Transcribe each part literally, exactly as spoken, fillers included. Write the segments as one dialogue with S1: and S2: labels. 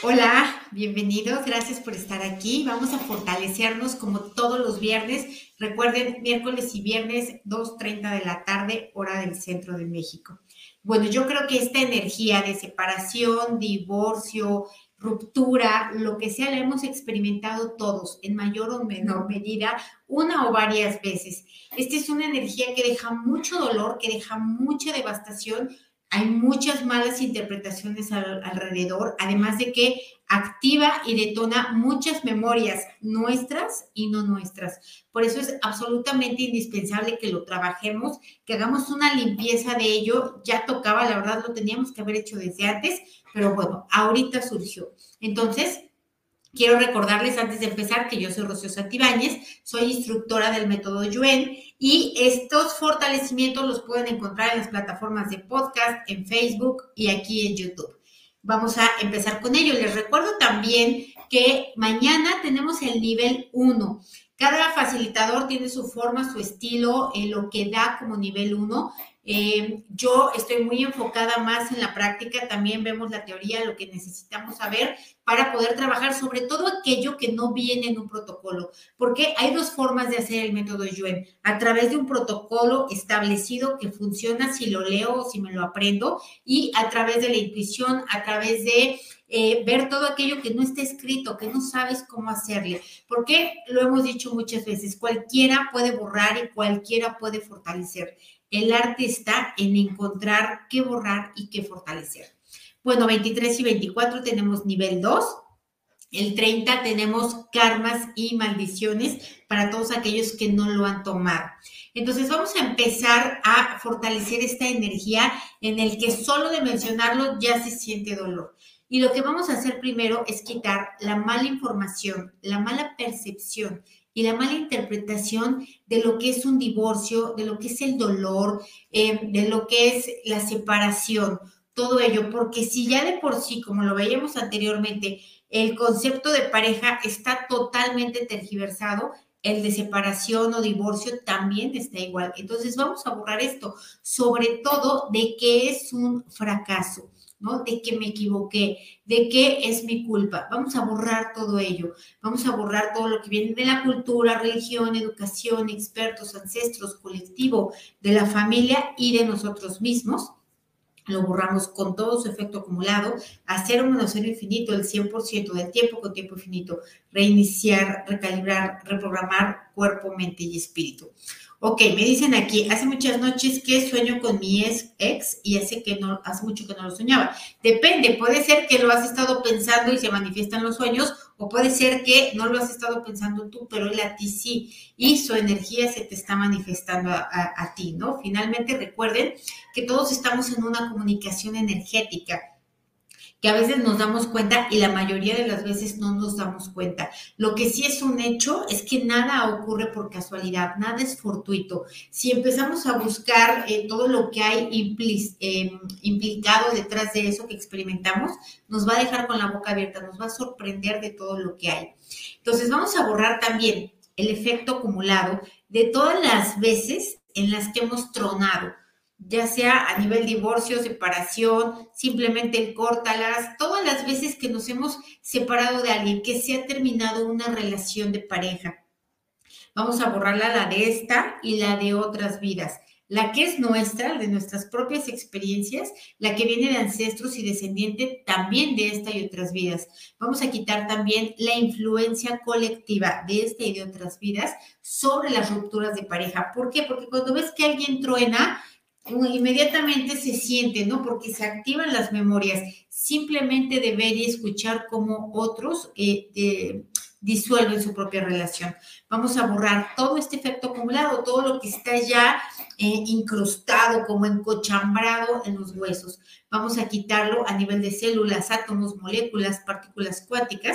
S1: Hola, bienvenidos, gracias por estar aquí. Vamos a fortalecernos como todos los viernes. Recuerden, miércoles y viernes, dos treinta de la tarde, hora del centro de México. Bueno, yo creo que esta energía de separación, divorcio, ruptura, lo que sea, la hemos experimentado todos, en mayor o menor medida, una o varias veces. Esta es una energía que deja mucho dolor, que deja mucha devastación. Hay muchas malas interpretaciones al, alrededor, además de que activa y detona muchas memorias nuestras y no nuestras. Por eso es absolutamente indispensable que lo trabajemos, que hagamos una limpieza de ello. Ya tocaba, la verdad lo teníamos que haber hecho desde antes, pero bueno, ahorita surgió. Entonces, quiero recordarles antes de empezar que yo soy Rocío Santibáñez, soy instructora del método Yuen y estos fortalecimientos los pueden encontrar en las plataformas de podcast, en Facebook y aquí en YouTube. Vamos a empezar con ello. Les recuerdo también que mañana tenemos el nivel uno. Cada facilitador tiene su forma, su estilo, eh, lo que da como nivel uno. Eh, yo estoy muy enfocada más en la práctica, también vemos la teoría, lo que necesitamos saber para poder trabajar sobre todo aquello que no viene en un protocolo, porque hay dos formas de hacer el método Yuen, a través de un protocolo establecido que funciona si lo leo o si me lo aprendo, y a través de la intuición, a través de eh, ver todo aquello que no está escrito, que no sabes cómo hacerle, porque lo hemos dicho muchas veces, cualquiera puede borrar y cualquiera puede fortalecer. El arte está en encontrar qué borrar y qué fortalecer. Bueno, veintitrés y veinticuatro tenemos nivel dos. El treinta tenemos karmas y maldiciones para todos aquellos que no lo han tomado. Entonces vamos a empezar a fortalecer esta energía en el que solo de mencionarlo ya se siente dolor. Y lo que vamos a hacer primero es quitar la mala información, la mala percepción y la mala interpretación de lo que es un divorcio, de lo que es el dolor, eh, de lo que es la separación, todo ello, porque si ya de por sí, como lo veíamos anteriormente, el concepto de pareja está totalmente tergiversado, el de separación o divorcio también está igual. Entonces vamos a borrar esto, sobre todo de que es un fracaso, ¿no? De que me equivoqué, de que es mi culpa. Vamos a borrar todo ello, vamos a borrar todo lo que viene de la cultura, religión, educación, expertos, ancestros, colectivo, de la familia y de nosotros mismos. Lo borramos con todo su efecto acumulado, a cero menos cero infinito, el cien por ciento del tiempo con tiempo infinito, reiniciar, recalibrar, reprogramar cuerpo, mente y espíritu. Ok, me dicen aquí, hace muchas noches que sueño con mi ex y hace, que no, hace mucho que no lo soñaba. Depende, puede ser que lo has estado pensando y se manifiestan los sueños, o puede ser que no lo has estado pensando tú, pero él a ti sí, y su energía se te está manifestando a, a, a ti, ¿no? Finalmente recuerden que todos estamos en una comunicación energética, que a veces nos damos cuenta y la mayoría de las veces no nos damos cuenta. Lo que sí es un hecho es que nada ocurre por casualidad, nada es fortuito. Si empezamos a buscar eh, todo lo que hay impli eh, implicado detrás de eso que experimentamos, nos va a dejar con la boca abierta, nos va a sorprender de todo lo que hay. Entonces vamos a borrar también el efecto acumulado de todas las veces en las que hemos tronado, ya sea a nivel divorcio, separación, simplemente el córtalas, todas las veces que nos hemos separado de alguien, que se ha terminado una relación de pareja. Vamos a borrarla, la de esta y la de otras vidas. La que es nuestra, de nuestras propias experiencias, la que viene de ancestros y descendiente también de esta y otras vidas. Vamos a quitar también la influencia colectiva de esta y de otras vidas sobre las rupturas de pareja. ¿Por qué? Porque cuando ves que alguien truena, inmediatamente se siente, ¿no? Porque se activan las memorias. Simplemente de ver y escuchar cómo otros eh, eh, disuelven su propia relación. Vamos a borrar todo este efecto acumulado, todo lo que está ya eh, incrustado, como encochambrado en los huesos. Vamos a quitarlo a nivel de células, átomos, moléculas, partículas cuánticas,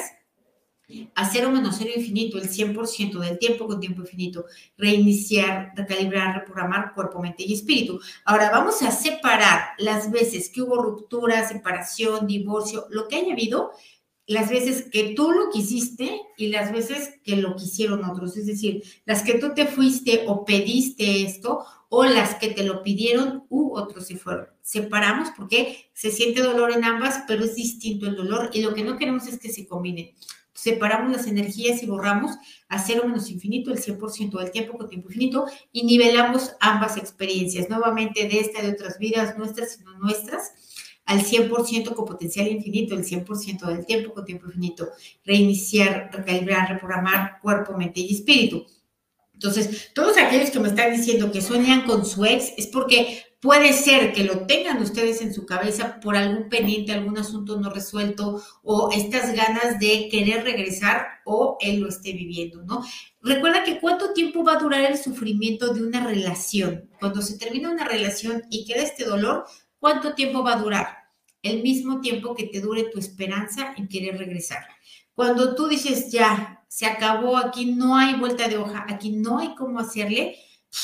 S1: a cero menos cero infinito, el cien por ciento del tiempo con tiempo infinito, reiniciar, recalibrar, reprogramar cuerpo, mente y espíritu. Ahora vamos a separar las veces que hubo ruptura, separación, divorcio, lo que haya habido, las veces que tú lo quisiste y las veces que lo quisieron otros, es decir, las que tú te fuiste o pediste esto o las que te lo pidieron u otros se fueron. Separamos porque se siente dolor en ambas, pero es distinto el dolor y lo que no queremos es que se combinen. Separamos las energías y borramos a cero menos infinito el cien por ciento del tiempo con tiempo infinito y nivelamos ambas experiencias, nuevamente de esta y de otras vidas nuestras y no nuestras, al cien por ciento con potencial infinito, el cien por ciento del tiempo con tiempo infinito, reiniciar, recalibrar, reprogramar cuerpo, mente y espíritu. Entonces, todos aquellos que me están diciendo que sueñan con su ex es porque puede ser que lo tengan ustedes en su cabeza por algún pendiente, algún asunto no resuelto o estas ganas de querer regresar o él lo esté viviendo, ¿no? Recuerda que cuánto tiempo va a durar el sufrimiento de una relación. Cuando se termina una relación y queda este dolor, ¿cuánto tiempo va a durar? El mismo tiempo que te dure tu esperanza en querer regresar. Cuando tú dices, ya, se acabó, aquí no hay vuelta de hoja, aquí no hay cómo hacerle,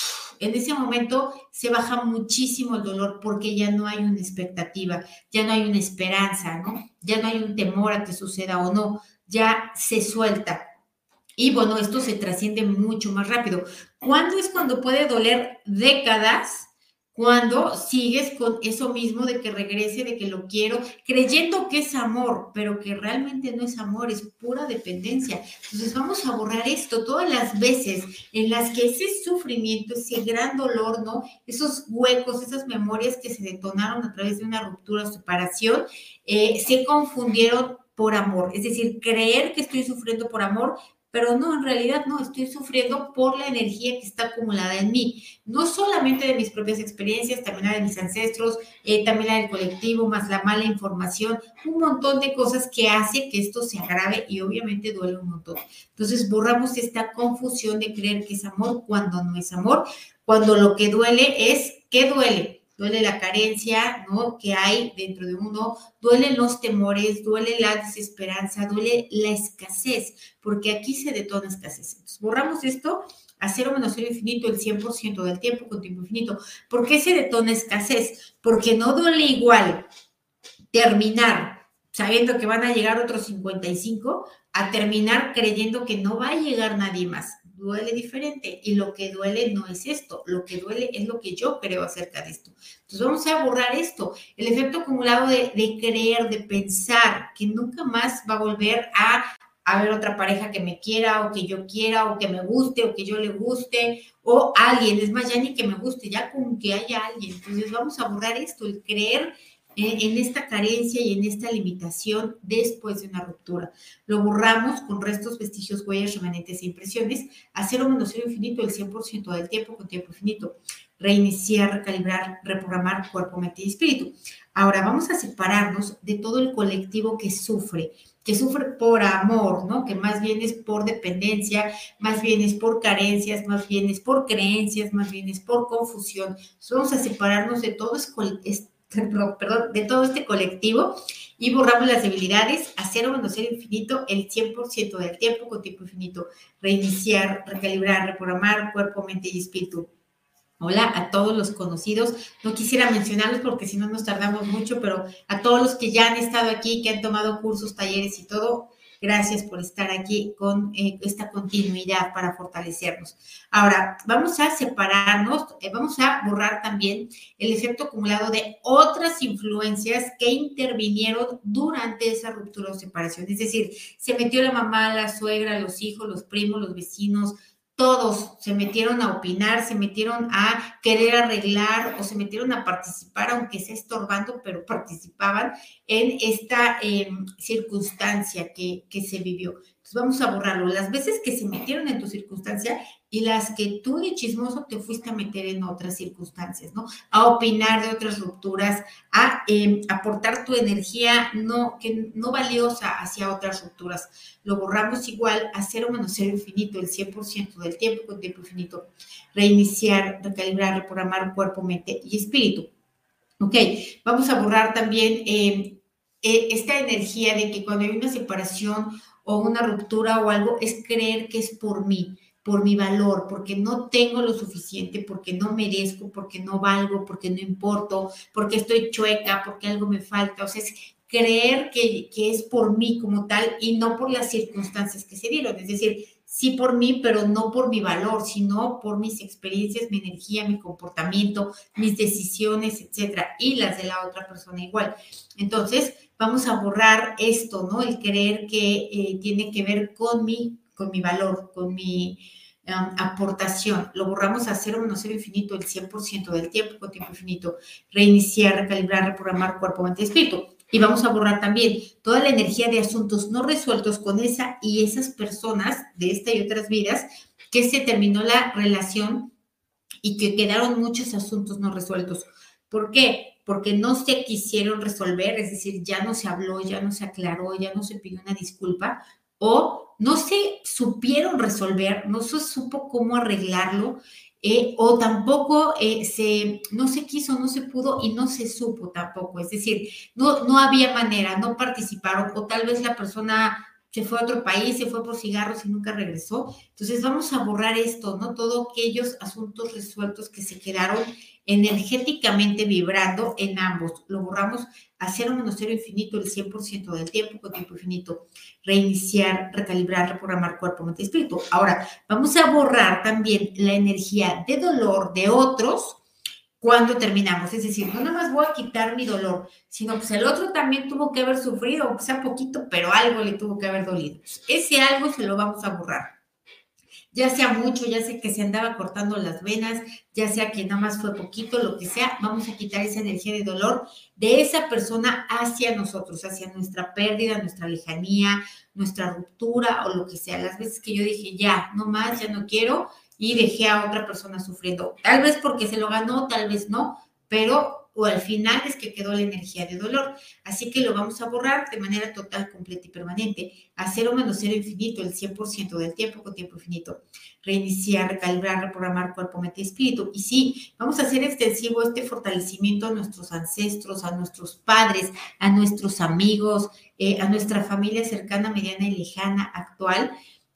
S1: en ese momento se baja muchísimo el dolor porque ya no hay una expectativa, ya no hay una esperanza, ¿no? Ya no hay un temor a que suceda o no, ya se suelta. Y bueno, esto se trasciende mucho más rápido. ¿Cuándo es cuando puede doler décadas? Cuando sigues con eso mismo de que regrese, de que lo quiero, creyendo que es amor, pero que realmente no es amor, es pura dependencia. Entonces vamos a borrar esto todas las veces en las que ese sufrimiento, ese gran dolor, ¿no? Esos huecos, esas memorias que se detonaron a través de una ruptura o separación, eh, se confundieron por amor. Es decir, creer que estoy sufriendo por amor, pero no, en realidad no, estoy sufriendo por la energía que está acumulada en mí, no solamente de mis propias experiencias, también la de mis ancestros, eh, también la del colectivo, más la mala información, un montón de cosas que hace que esto se agrave y obviamente duele un montón. Entonces borramos esta confusión de creer que es amor cuando no es amor, cuando lo que duele es, ¿qué duele? Duele la carencia, ¿no? Que hay dentro de uno, duelen los temores, duele la desesperanza, duele la escasez, porque aquí se detona escasez. Entonces, borramos esto a cero menos cero infinito el cien por ciento del tiempo con tiempo infinito. ¿Por qué se detona escasez? Porque no duele igual terminar sabiendo que van a llegar otros cincuenta y cinco a terminar creyendo que no va a llegar nadie más. Duele diferente y lo que duele no es esto, lo que duele es lo que yo creo acerca de esto. Entonces vamos a borrar esto, el efecto acumulado de, de creer, de pensar que nunca más va a volver a haber otra pareja que me quiera o que yo quiera o que me guste o que yo le guste o alguien, es más, ya ni que me guste, ya con que haya alguien. Entonces vamos a borrar esto, el creer en esta carencia y en esta limitación después de una ruptura. Lo borramos con restos, vestigios, huellas, remanentes e impresiones a cero menos cero infinito el cien por ciento del tiempo con tiempo infinito. Reiniciar, recalibrar, reprogramar cuerpo, mente y espíritu. Ahora vamos a separarnos de todo el colectivo que sufre, que sufre por amor, ¿no? Que más bien es por dependencia, más bien es por carencias, más bien es por creencias, más bien es por confusión. Entonces vamos a separarnos de todo este perdón, de todo este colectivo y borramos las debilidades a cero menos cero infinito el cien por ciento del tiempo con tiempo infinito. Reiniciar, recalibrar, reprogramar cuerpo, mente y espíritu. Hola a todos los conocidos, no quisiera mencionarlos porque si no nos tardamos mucho, pero a todos los que ya han estado aquí, que han tomado cursos, talleres y todo, gracias por estar aquí con eh, esta continuidad para fortalecernos. Ahora, vamos a separarnos, eh, vamos a borrar también el efecto acumulado de otras influencias que intervinieron durante esa ruptura o separación. Es decir, se metió la mamá, la suegra, los hijos, los primos, los vecinos, todos se metieron a opinar, se metieron a querer arreglar o se metieron a participar, aunque sea estorbando, pero participaban en esta eh, circunstancia que, que se vivió. Entonces vamos a borrarlo. Las veces que se metieron en tu circunstancia y las que tú de chismoso te fuiste a meter en otras circunstancias, ¿no? A opinar de otras rupturas, a eh, aportar tu energía no, que, no valiosa hacia otras rupturas. Lo borramos igual a cero menos cero infinito, el cien por ciento del tiempo con tiempo infinito. Reiniciar, recalibrar, reprogramar cuerpo, mente y espíritu. Ok, vamos a borrar también eh, eh, esta energía de que cuando hay una separación o una ruptura o algo, es creer que es por mí, por mi valor, porque no tengo lo suficiente, porque no merezco, porque no valgo, porque no importo, porque estoy chueca, porque algo me falta. O sea, es creer que, que es por mí como tal y no por las circunstancias que se dieron. Es decir, sí por mí, pero no por mi valor, sino por mis experiencias, mi energía, mi comportamiento, mis decisiones, etcétera, y las de la otra persona igual. Entonces, vamos a borrar esto, ¿no? El creer que eh, tiene que ver con mi, con mi valor, con mi um, aportación. Lo borramos a cero menos cero infinito el cien por ciento del tiempo con tiempo infinito. Reiniciar, recalibrar, reprogramar cuerpo, mente y espíritu. Y vamos a borrar también toda la energía de asuntos no resueltos con esa y esas personas de esta y otras vidas que se terminó la relación y que quedaron muchos asuntos no resueltos. ¿Por qué? Porque no se quisieron resolver, es decir, ya no se habló, ya no se aclaró, ya no se pidió una disculpa, o no se supieron resolver, no se supo cómo arreglarlo, eh, o tampoco eh, se, no se quiso, no se pudo y no se supo tampoco, es decir, no, no había manera, no participaron, o tal vez la persona se fue a otro país, se fue por cigarros y nunca regresó. Entonces vamos a borrar esto, ¿no? Todos aquellos asuntos resueltos que se quedaron energéticamente vibrando en ambos. Lo borramos a cero menos cero infinito el cien por ciento del tiempo con tiempo infinito. Reiniciar, recalibrar, reprogramar cuerpo, mente y espíritu. Ahora, vamos a borrar también la energía de dolor de otros cuando terminamos. Es decir, no nada más voy a quitar mi dolor, sino pues el otro también tuvo que haber sufrido, aunque sea poquito, pero algo le tuvo que haber dolido. Ese algo se lo vamos a borrar. Ya sea mucho, ya sea que se andaba cortando las venas, ya sea que nada más fue poquito, lo que sea, vamos a quitar esa energía de dolor de esa persona hacia nosotros, hacia nuestra pérdida, nuestra lejanía, nuestra ruptura o lo que sea. Las veces que yo dije, ya, no más, ya no quiero, y dejé a otra persona sufriendo. Tal vez porque se lo ganó, tal vez no, pero o al final es que quedó la energía de dolor. Así que lo vamos a borrar de manera total, completa y permanente. A cero menos cero infinito, el cien por ciento del tiempo con tiempo infinito. Reiniciar, recalibrar, reprogramar cuerpo, mente y espíritu. Y sí, vamos a hacer extensivo este fortalecimiento a nuestros ancestros, a nuestros padres, a nuestros amigos, eh, a nuestra familia cercana, mediana y lejana actual.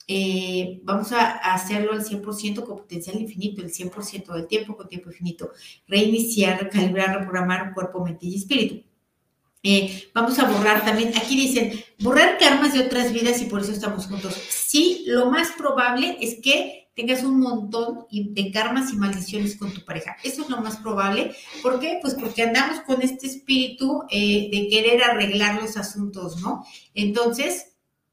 S1: Eh, vamos a, a hacerlo al cien por ciento con potencial infinito, el cien por ciento del tiempo con tiempo infinito. Reiniciar, recalibrar, reprogramar cuerpo, mente y espíritu. Eh, vamos a borrar también, aquí dicen, borrar karmas de otras vidas y por eso estamos juntos. Sí, lo más probable es que tengas un montón de karmas y maldiciones con tu pareja. Eso es lo más probable. ¿Por qué? Pues porque andamos con este espíritu eh, de querer arreglar los asuntos, ¿no? Entonces,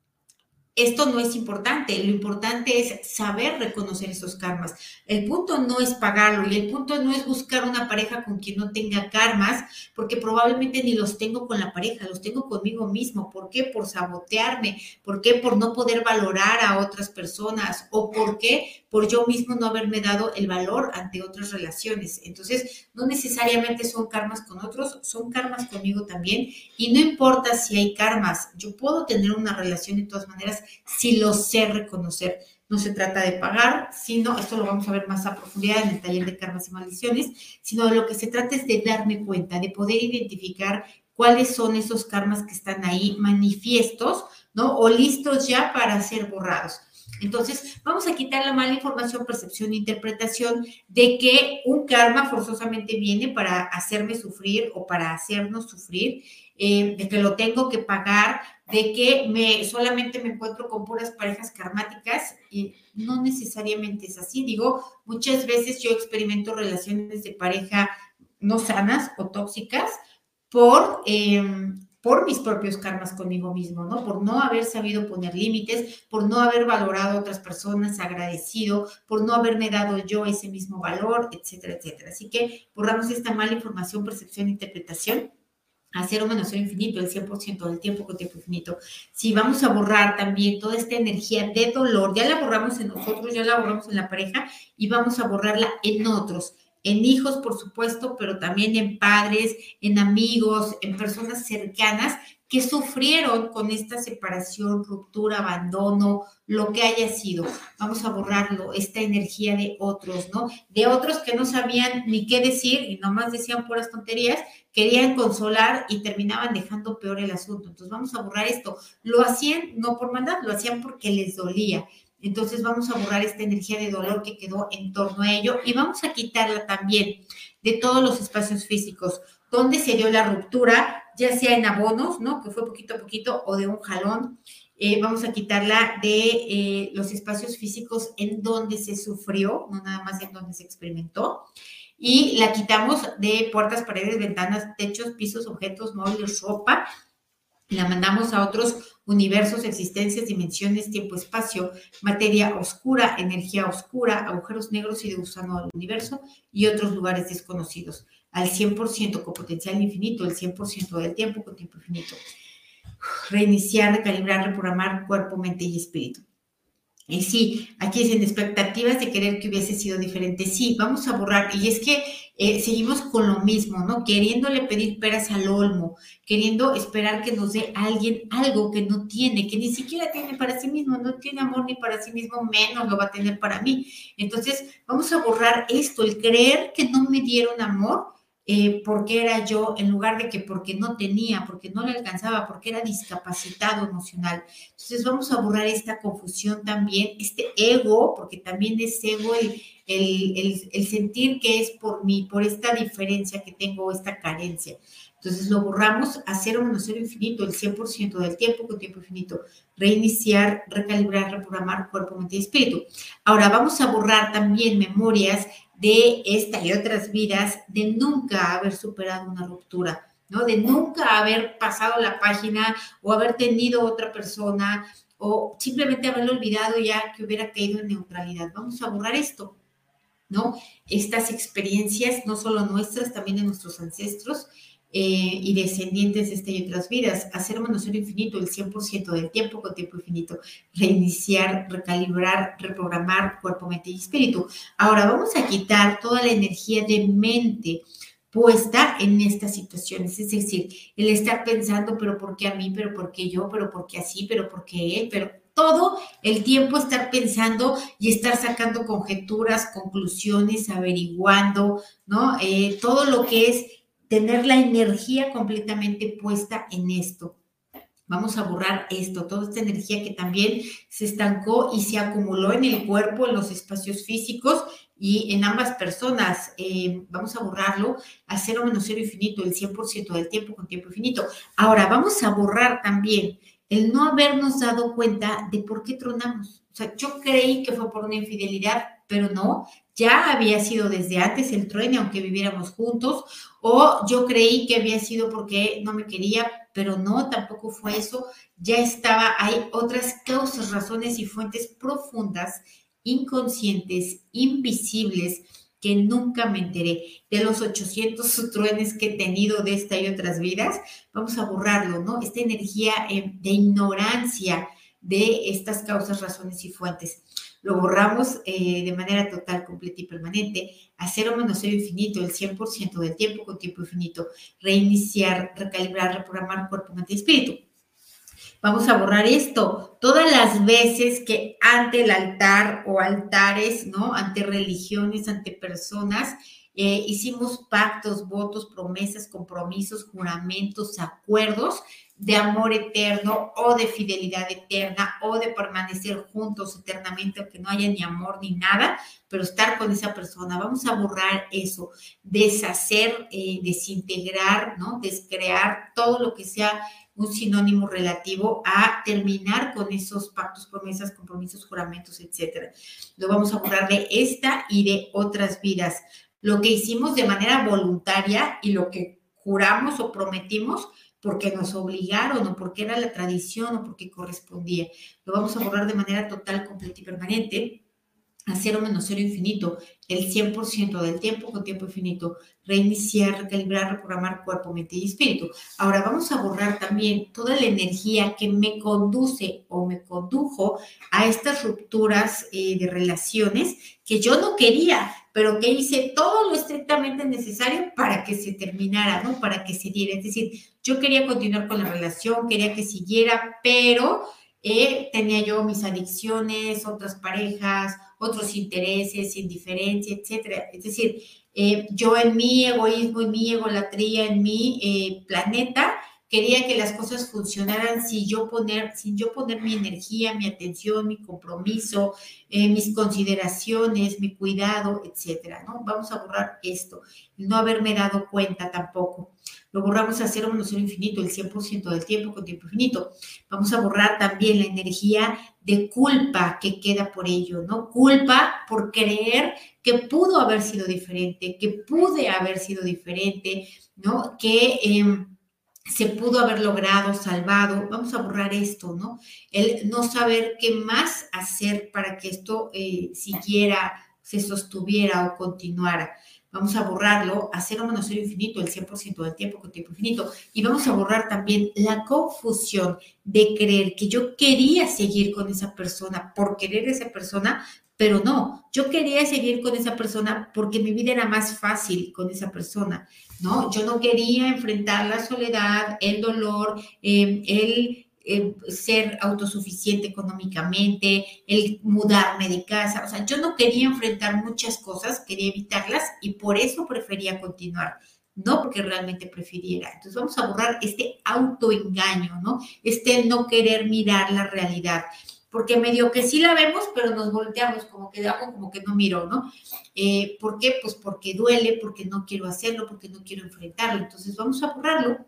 S1: esto no es importante, lo importante es saber reconocer esos karmas. El punto no es pagarlo y el punto no es buscar una pareja con quien no tenga karmas, porque probablemente ni los tengo con la pareja, los tengo conmigo mismo. ¿Por qué? Por sabotearme. ¿Por qué? Por no poder valorar a otras personas. ¿O por qué? Por yo mismo no haberme dado el valor ante otras relaciones. Entonces, no necesariamente son karmas con otros, son karmas conmigo también. Y no importa si hay karmas, yo puedo tener una relación de todas maneras si lo sé reconocer. No se trata de pagar, sino, esto lo vamos a ver más a profundidad en el taller de karmas y maldiciones, sino de lo que se trata es de darme cuenta, de poder identificar cuáles son esos karmas que están ahí manifiestos, ¿no? O listos ya para ser borrados. Entonces, vamos a quitar la mala información, percepción e interpretación de que un karma forzosamente viene para hacerme sufrir o para hacernos sufrir, eh, de que lo tengo que pagar, de que me, solamente me encuentro con puras parejas karmáticas y no necesariamente es así. Digo, muchas veces yo experimento relaciones de pareja no sanas o tóxicas por... Eh, por mis propios karmas conmigo mismo, ¿no? Por no haber sabido poner límites, por no haber valorado a otras personas, agradecido, por no haberme dado yo ese mismo valor, etcétera, etcétera. Así que borramos esta mala información, percepción e interpretación a cero menos cero infinito, el cien por ciento del tiempo con tiempo infinito. Si vamos a borrar también toda esta energía de dolor, ya la borramos en nosotros, ya la borramos en la pareja y vamos a borrarla en otros. En hijos, por supuesto, pero también en padres, en amigos, en personas cercanas que sufrieron con esta separación, ruptura, abandono, lo que haya sido. Vamos a borrarlo, esta energía de otros, ¿no? De otros que no sabían ni qué decir y nomás decían puras tonterías, querían consolar y terminaban dejando peor el asunto. Entonces vamos a borrar esto. Lo hacían no por maldad, lo hacían porque les dolía. Entonces vamos a borrar esta energía de dolor que quedó en torno a ello y vamos a quitarla también de todos los espacios físicos donde se dio la ruptura, ya sea en abonos, ¿no? Que fue poquito a poquito o de un jalón, Eh, vamos a quitarla de eh, los espacios físicos en donde se sufrió, no nada más en donde se experimentó. Y la quitamos de puertas, paredes, ventanas, techos, pisos, objetos, móviles, ropa. La mandamos a otros universos, existencias, dimensiones, tiempo, espacio, materia oscura, energía oscura, agujeros negros y de gusano del universo y otros lugares desconocidos. Al cien por ciento con potencial infinito, el cien por ciento del tiempo con tiempo infinito. Reiniciar, recalibrar, reprogramar cuerpo, mente y espíritu. Y sí, aquí dicen expectativas de querer que hubiese sido diferente. Sí, vamos a borrar. Y es que eh, seguimos con lo mismo, ¿no? Queriéndole pedir peras al olmo, queriendo esperar que nos dé alguien algo que no tiene, que ni siquiera tiene para sí mismo, no tiene amor ni para sí mismo, menos lo va a tener para mí. Entonces, vamos a borrar esto, el creer que no me dieron amor. Eh, porque era yo, en lugar de que porque no tenía, porque no le alcanzaba, porque era discapacitado emocional. Entonces vamos a borrar esta confusión también, este ego, porque también es ego el, el, el, el sentir que es por mí, por esta diferencia que tengo, esta carencia. Entonces lo borramos a cero menos cero infinito, el cien por ciento del tiempo con tiempo infinito. Reiniciar, recalibrar, reprogramar cuerpo, mente y espíritu. Ahora vamos a borrar también memorias de esta y otras vidas, de nunca haber superado una ruptura, ¿no? De nunca haber pasado la página o haber tenido otra persona o simplemente haberlo olvidado ya que hubiera caído en neutralidad. Vamos a borrar esto, ¿no? Estas experiencias, no solo nuestras, también de nuestros ancestros eh, y descendientes de esta y otras vidas. Hacer menos cero infinito, el cien por ciento del tiempo con tiempo infinito. Reiniciar, recalibrar, reprogramar cuerpo, mente y espíritu. Ahora vamos a quitar toda la energía de mente puesta en estas situaciones, es decir, el estar pensando, pero ¿por qué a mí? ¿Pero por qué yo? ¿Pero por qué así? ¿Pero por qué él? Pero todo el tiempo estar pensando y estar sacando conjeturas, conclusiones, averiguando, ¿no? Eh, todo lo que es tener la energía completamente puesta en esto. Vamos a borrar esto, toda esta energía que también se estancó y se acumuló en el cuerpo, en los espacios físicos y en ambas personas. Eh, vamos a borrarlo a cero menos cero infinito, el cien por ciento del tiempo con tiempo infinito. Ahora, vamos a borrar también el no habernos dado cuenta de por qué tronamos. O sea, yo creí que fue por una infidelidad, pero no, ya había sido desde antes el truene, aunque viviéramos juntos, o yo creí que había sido porque no me quería, pero no, tampoco fue eso. Ya estaba, hay otras causas, razones y fuentes profundas, inconscientes, invisibles, que nunca me enteré. De los ochocientos truenes que he tenido de esta y otras vidas, vamos a borrarlo, ¿no? Esta energía eh, de ignorancia de estas causas, razones y fuentes. Lo borramos eh, de manera total, completa y permanente, a cero menos cero infinito, el cien por ciento del tiempo con tiempo infinito. Reiniciar, recalibrar, reprogramar cuerpo, mente y espíritu. Vamos a borrar esto. Todas las veces que ante el altar o altares, ¿no? Ante religiones, ante personas, eh, hicimos pactos, votos, promesas, compromisos, juramentos, acuerdos de amor eterno o de fidelidad eterna o de permanecer juntos eternamente, aunque no haya ni amor ni nada, pero estar con esa persona. Vamos a borrar eso, deshacer, eh, desintegrar, ¿no? Descrear todo lo que sea un sinónimo relativo a terminar con esos pactos, promesas, compromisos, juramentos, etcétera. Lo vamos a borrar de esta y de otras vidas. Lo que hicimos de manera voluntaria y lo que juramos o prometimos porque nos obligaron o porque era la tradición o porque correspondía. Lo vamos a borrar de manera total, completa y permanente a cero menos cero infinito, el cien por ciento del tiempo con tiempo infinito, reiniciar, recalibrar, reprogramar cuerpo, mente y espíritu. Ahora vamos a borrar también toda la energía que me conduce o me condujo a estas rupturas eh, de relaciones que yo no quería, pero que hice todo lo estrictamente necesario para que se terminara, ¿no? Para que se diera. Es decir, yo quería continuar con la relación, quería que siguiera, pero eh, tenía yo mis adicciones, otras parejas, otros intereses, indiferencia, etcétera. Es decir, eh, yo en mi egoísmo, en mi egolatría, en mi eh, planeta, quería que las cosas funcionaran sin yo poner, sin yo poner mi energía, mi atención, mi compromiso, eh, mis consideraciones, mi cuidado, etcétera, ¿no? Vamos a borrar esto, no haberme dado cuenta tampoco. lo borramos a cero menos cero infinito, el cien por ciento del tiempo con tiempo infinito. Vamos a borrar también la energía de culpa que queda por ello, ¿no? Culpa por creer que pudo haber sido diferente, que pude haber sido diferente, ¿no? Que eh, se pudo haber logrado, salvado. Vamos a borrar esto, ¿no? El no saber qué más hacer para que esto eh, siguiera, se sostuviera o continuara. Vamos a borrarlo a cero menos cero infinito, el cien por ciento del tiempo con tiempo infinito. Y vamos a borrar también la confusión de creer que yo quería seguir con esa persona por querer a esa persona, pero no, yo quería seguir con esa persona porque mi vida era más fácil con esa persona, ¿no? Yo no quería enfrentar la soledad, el dolor, eh, el eh, ser autosuficiente económicamente, el mudarme de casa, o sea, yo no quería enfrentar muchas cosas, quería evitarlas y por eso prefería continuar, no porque realmente prefiriera. Entonces vamos a borrar este autoengaño, ¿no? Este no querer mirar la realidad, porque medio que sí la vemos, pero nos volteamos como que hago como que no miro, ¿no? Eh, ¿Por qué? Pues porque duele, porque no quiero hacerlo, porque no quiero enfrentarlo. Entonces vamos a borrarlo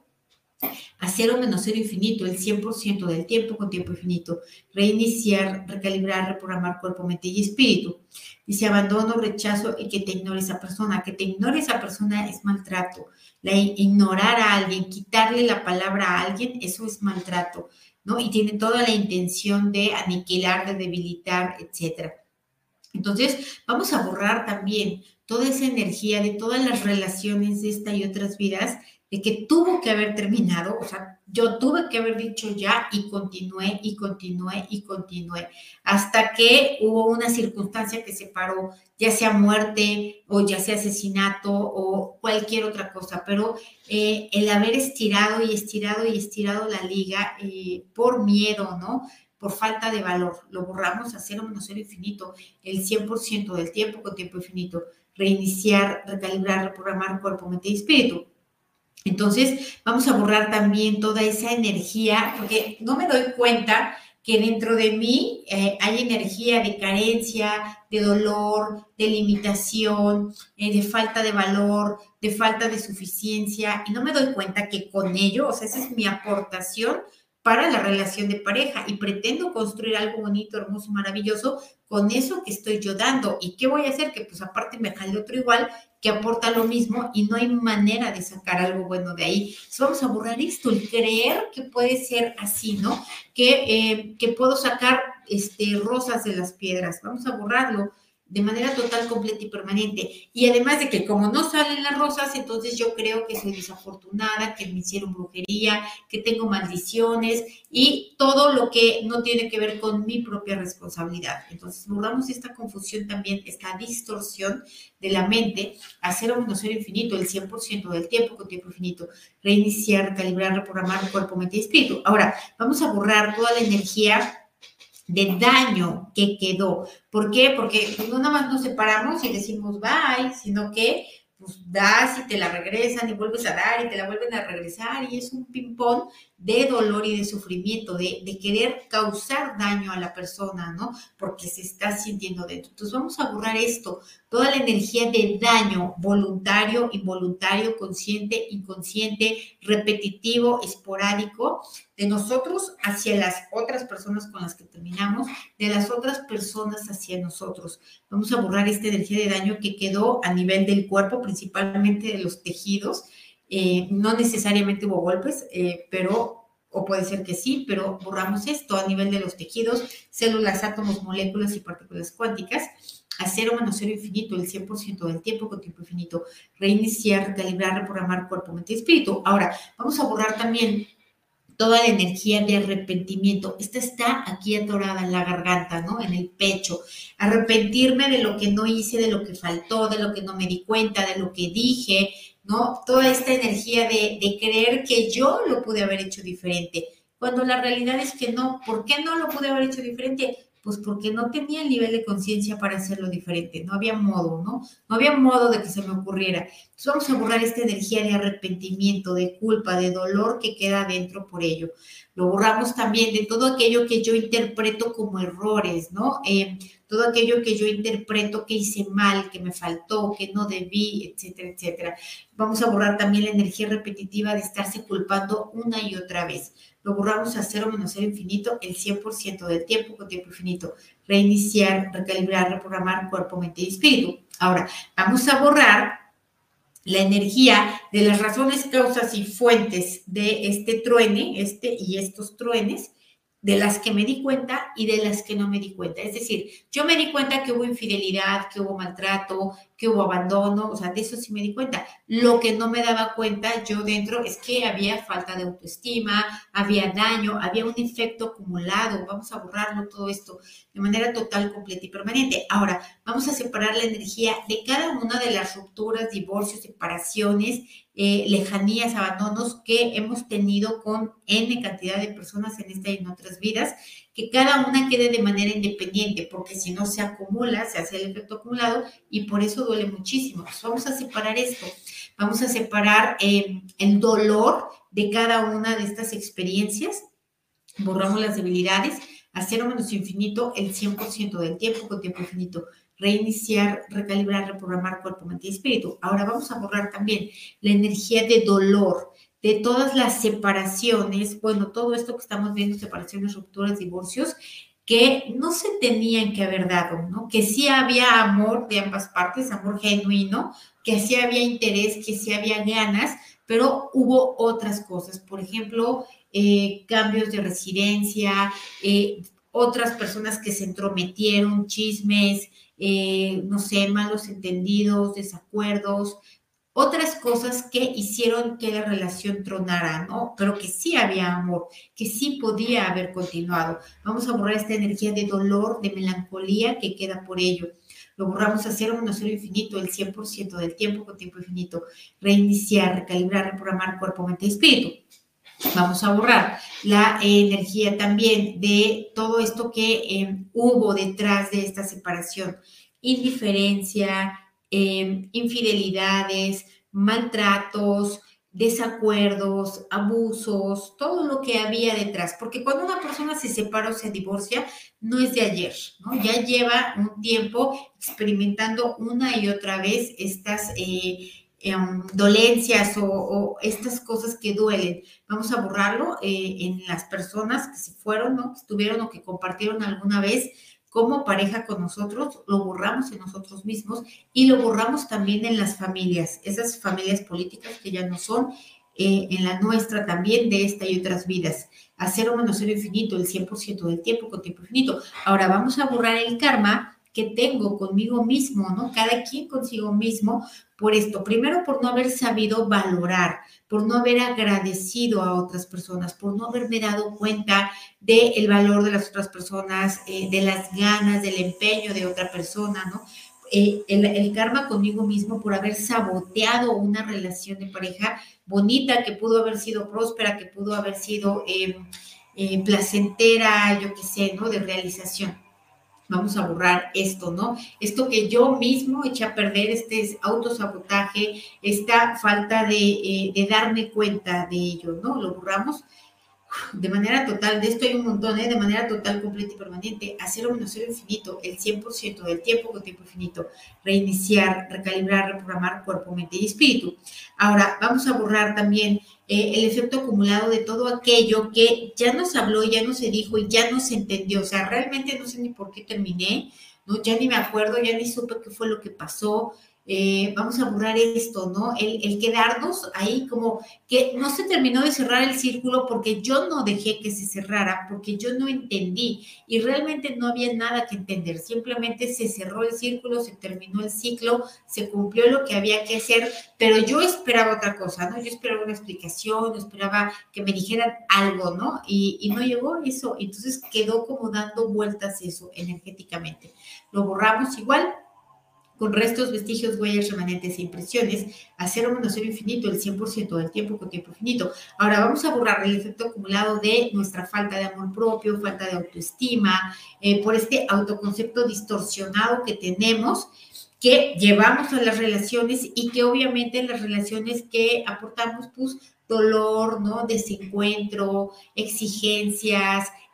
S1: a cero menos cero infinito, el cien por ciento del tiempo con tiempo infinito. Reiniciar, recalibrar, reprogramar cuerpo, mente y espíritu. Dice abandono, rechazo y que te ignore esa persona. Que te ignore esa persona es maltrato. La, ignorar a alguien, quitarle la palabra a alguien, eso es maltrato, ¿no? Y tiene toda la intención de aniquilar, de debilitar, etcétera. Entonces, vamos a borrar también toda esa energía de todas las relaciones de esta y otras vidas, de que tuvo que haber terminado, o sea, yo tuve que haber dicho ya y continué y continué y continué, hasta que hubo una circunstancia que separó, ya sea muerte o ya sea asesinato o cualquier otra cosa, pero eh, el haber estirado y estirado y estirado la liga eh, por miedo, ¿no? Por falta de valor, lo borramos a cero menos cero infinito, el cien por ciento del tiempo con tiempo infinito, reiniciar, recalibrar, reprogramar cuerpo, mente y espíritu. Entonces, vamos a borrar también toda esa energía, porque no me doy cuenta que dentro de mí eh, hay energía de carencia, de dolor, de limitación, eh, de falta de valor, de falta de suficiencia, y no me doy cuenta que con ello, o sea, esa es mi aportación para la relación de pareja y pretendo construir algo bonito, hermoso, maravilloso con eso que estoy yo dando. ¿Y qué voy a hacer? Que pues aparte me jale otro igual que aporta lo mismo y no hay manera de sacar algo bueno de ahí. Entonces vamos a borrar esto, el creer que puede ser así, ¿no? Que, eh, que puedo sacar este, rosas de las piedras. Vamos a borrarlo de manera total, completa y permanente. Y además de que como no salen las rosas, entonces yo creo que soy desafortunada, que me hicieron brujería, que tengo maldiciones y todo lo que no tiene que ver con mi propia responsabilidad. Entonces borramos esta confusión también, esta distorsión de la mente a cero menos cero infinito, el cien por ciento del tiempo con tiempo infinito. Reiniciar, calibrar, reprogramar cuerpo, mente y espíritu. Ahora, vamos a borrar toda la energía de daño que quedó. ¿Por qué? Porque pues, no nada más nos separamos y decimos bye, sino que pues das y te la regresan y vuelves a dar y te la vuelven a regresar y es un ping-pong de dolor y de sufrimiento, de, de querer causar daño a la persona, ¿no? Porque se está sintiendo dentro. Entonces vamos a borrar esto, toda la energía de daño voluntario, involuntario, consciente, inconsciente, repetitivo, esporádico, de nosotros hacia las otras personas con las que terminamos, de las otras personas hacia nosotros. Vamos a borrar esta energía de daño que quedó a nivel del cuerpo, principalmente de los tejidos. Eh, no necesariamente hubo golpes, eh, pero, o puede ser que sí, pero borramos esto a nivel de los tejidos, células, átomos, moléculas y partículas cuánticas, a cero menos cero infinito, el cien por ciento del tiempo con tiempo infinito, reiniciar, recalibrar, reprogramar cuerpo, mente y espíritu. Ahora, vamos a borrar también toda la energía de arrepentimiento. Esta está aquí atorada en la garganta, ¿no? En el pecho. Arrepentirme de lo que no hice, de lo que faltó, de lo que no me di cuenta, de lo que dije, ¿no? Toda esta energía de, de creer que yo lo pude haber hecho diferente. Cuando la realidad es que no. ¿Por qué no lo pude haber hecho diferente? Pues porque no tenía el nivel de conciencia para hacerlo diferente. No había modo, ¿no? No había modo de que se me ocurriera. Entonces vamos a borrar esta energía de arrepentimiento, de culpa, de dolor que queda dentro por ello. Lo borramos también de todo aquello que yo interpreto como errores, ¿no? Eh, todo aquello que yo interpreto que hice mal, que me faltó, que no debí, etcétera, etcétera. Vamos a borrar también la energía repetitiva de estarse culpando una y otra vez. Lo borramos a cero menos cero infinito el cien por ciento del tiempo con tiempo infinito. Reiniciar, recalibrar, reprogramar cuerpo, mente y espíritu. Ahora, vamos a borrar la energía de las razones, causas y fuentes de este truene, este y estos truenes, de las que me di cuenta y de las que no me di cuenta. Es decir, yo me di cuenta que hubo infidelidad, que hubo maltrato, que hubo abandono, o sea, de eso sí me di cuenta. Lo que no me daba cuenta yo dentro es que había falta de autoestima, había daño, había un efecto acumulado. Vamos a borrarlo todo esto de manera total, completa y permanente. Ahora, vamos a separar la energía de cada una de las rupturas, divorcios, separaciones, eh, lejanías, abandonos que hemos tenido con N cantidad de personas en esta y en otras vidas, que cada una quede de manera independiente, porque si no se acumula, se hace el efecto acumulado y por eso duele muchísimo. Pues vamos a separar esto, vamos a separar eh, el dolor de cada una de estas experiencias, borramos las debilidades, a cero menos infinito el cien por ciento del tiempo con tiempo infinito. Reiniciar, recalibrar, reprogramar cuerpo, mente y espíritu. Ahora vamos a borrar también la energía de dolor, de todas las separaciones, bueno, todo esto que estamos viendo, separaciones, rupturas, divorcios, que no se tenían que haber dado, ¿no? Que sí había amor de ambas partes, amor genuino, que sí había interés, que sí había ganas, pero hubo otras cosas, por ejemplo, eh, cambios de residencia, eh, otras personas que se entrometieron, chismes, eh, no sé, malos entendidos, desacuerdos, otras cosas que hicieron que la relación tronara, ¿no? Pero que sí había amor, que sí podía haber continuado. Vamos a borrar esta energía de dolor, de melancolía que queda por ello. Lo borramos a cero menos cero infinito, el cien por ciento del tiempo con tiempo infinito. Reiniciar, recalibrar, reprogramar cuerpo, mente y espíritu. Vamos a borrar la eh, energía también de todo esto que eh, hubo detrás de esta separación. Indiferencia, eh, infidelidades, maltratos, desacuerdos, abusos, todo lo que había detrás. Porque cuando una persona se separa o se divorcia, no es de ayer, ¿no? Ya lleva un tiempo experimentando una y otra vez estas eh, eh, dolencias o, o estas cosas que duelen. Vamos a borrarlo eh, en las personas que se fueron, ¿no? Que estuvieron o que compartieron alguna vez como pareja con nosotros, lo borramos en nosotros mismos y lo borramos también en las familias, esas familias políticas que ya no son, eh, en la nuestra también, de esta y otras vidas. A cero menos cero infinito, el cien por ciento del tiempo con tiempo infinito. Ahora vamos a borrar el karma que tengo conmigo mismo, ¿no? Cada quien consigo mismo por esto. Primero, por no haber sabido valorar, por no haber agradecido a otras personas, por no haberme dado cuenta del valor de las otras personas, eh, de las ganas, del empeño de otra persona, ¿no? Eh, el, el karma conmigo mismo por haber saboteado una relación de pareja bonita, que pudo haber sido próspera, que pudo haber sido eh, eh, placentera, yo qué sé, ¿no? De realización. Vamos a borrar esto, ¿no? Esto que yo mismo eché a perder, este autosabotaje, esta falta de, eh, de darme cuenta de ello, ¿no? Lo borramos de manera total, de esto hay un montón, ¿eh? De manera total, completa y permanente, a cero menos cero infinito, el cien por ciento del tiempo con tiempo infinito, reiniciar, recalibrar, reprogramar cuerpo, mente y espíritu. Ahora, vamos a borrar también eh, el efecto acumulado de todo aquello que ya nos habló, ya no se dijo y ya no se entendió. O sea, realmente no sé ni por qué terminé, ¿no? Ya ni me acuerdo, ya ni supe qué fue lo que pasó. Eh, vamos a borrar esto, ¿no? El, el quedarnos ahí como que no se terminó de cerrar el círculo porque yo no dejé que se cerrara, porque yo no entendí y realmente no había nada que entender, simplemente se cerró el círculo, se terminó el ciclo, se cumplió lo que había que hacer, pero yo esperaba otra cosa, ¿no? Yo esperaba una explicación, yo esperaba que me dijeran algo, ¿no? Y, y no llegó eso, entonces quedó como dando vueltas eso energéticamente. Lo borramos igual, con restos, vestigios, huellas, remanentes e impresiones, a cero menos cero infinito, el cien por ciento del tiempo con tiempo infinito. Ahora vamos a borrar el efecto acumulado de nuestra falta de amor propio, falta de autoestima, eh, por este autoconcepto distorsionado que tenemos, que llevamos a las relaciones y que obviamente las relaciones que aportamos, pues, dolor, ¿no? Desencuentro, exigencias,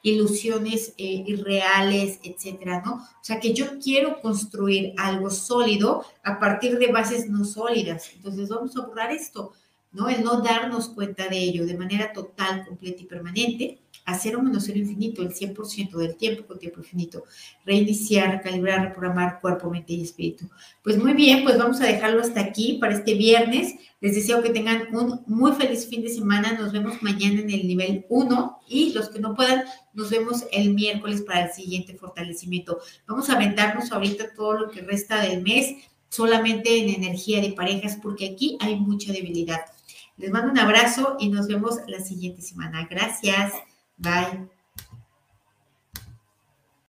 S1: ilusiones eh, irreales, etcétera, ¿no? O sea, que yo quiero construir algo sólido a partir de bases no sólidas. Entonces, vamos a borrar esto, ¿no? El no darnos cuenta de ello de manera total, completa y permanente, a cero menos cero infinito, el cien por ciento del tiempo con tiempo infinito. Reiniciar, recalibrar, reprogramar cuerpo, mente y espíritu. Pues muy bien, pues vamos a dejarlo hasta aquí para este viernes. Les deseo que tengan un muy feliz fin de semana. Nos vemos mañana en el nivel uno y los que no puedan, nos vemos el miércoles para el siguiente fortalecimiento. Vamos a aventarnos ahorita todo lo que resta del mes solamente en energía de parejas porque aquí hay mucha debilidad. Les mando un abrazo y nos vemos la siguiente semana. Gracias. Bye.